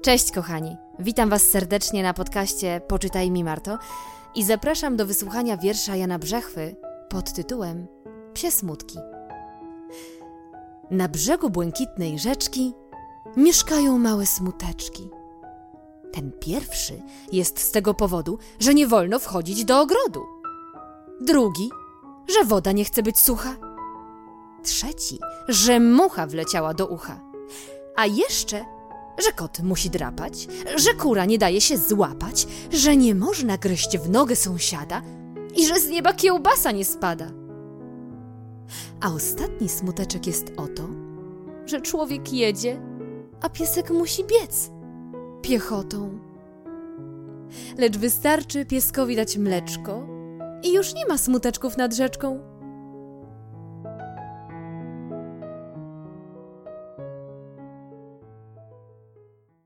Cześć kochani, witam Was serdecznie na podcaście Poczytaj mi Marto i zapraszam do wysłuchania wiersza Jana Brzechwy pod tytułem Psie smutki. Na brzegu błękitnej rzeczki mieszkają małe smuteczki. Ten pierwszy jest z tego powodu, że nie wolno wchodzić do ogrodu. Drugi, że woda nie chce być sucha. Trzeci, że mucha wleciała do ucha. A jeszcze, że kot musi drapać, że kura nie daje się złapać, że nie można gryźć w nogę sąsiada i że z nieba kiełbasa nie spada. A ostatni smuteczek jest o to, że człowiek jedzie, a piesek musi biec piechotą. Lecz wystarczy pieskowi dać mleczko i już nie ma smuteczków nad rzeczką.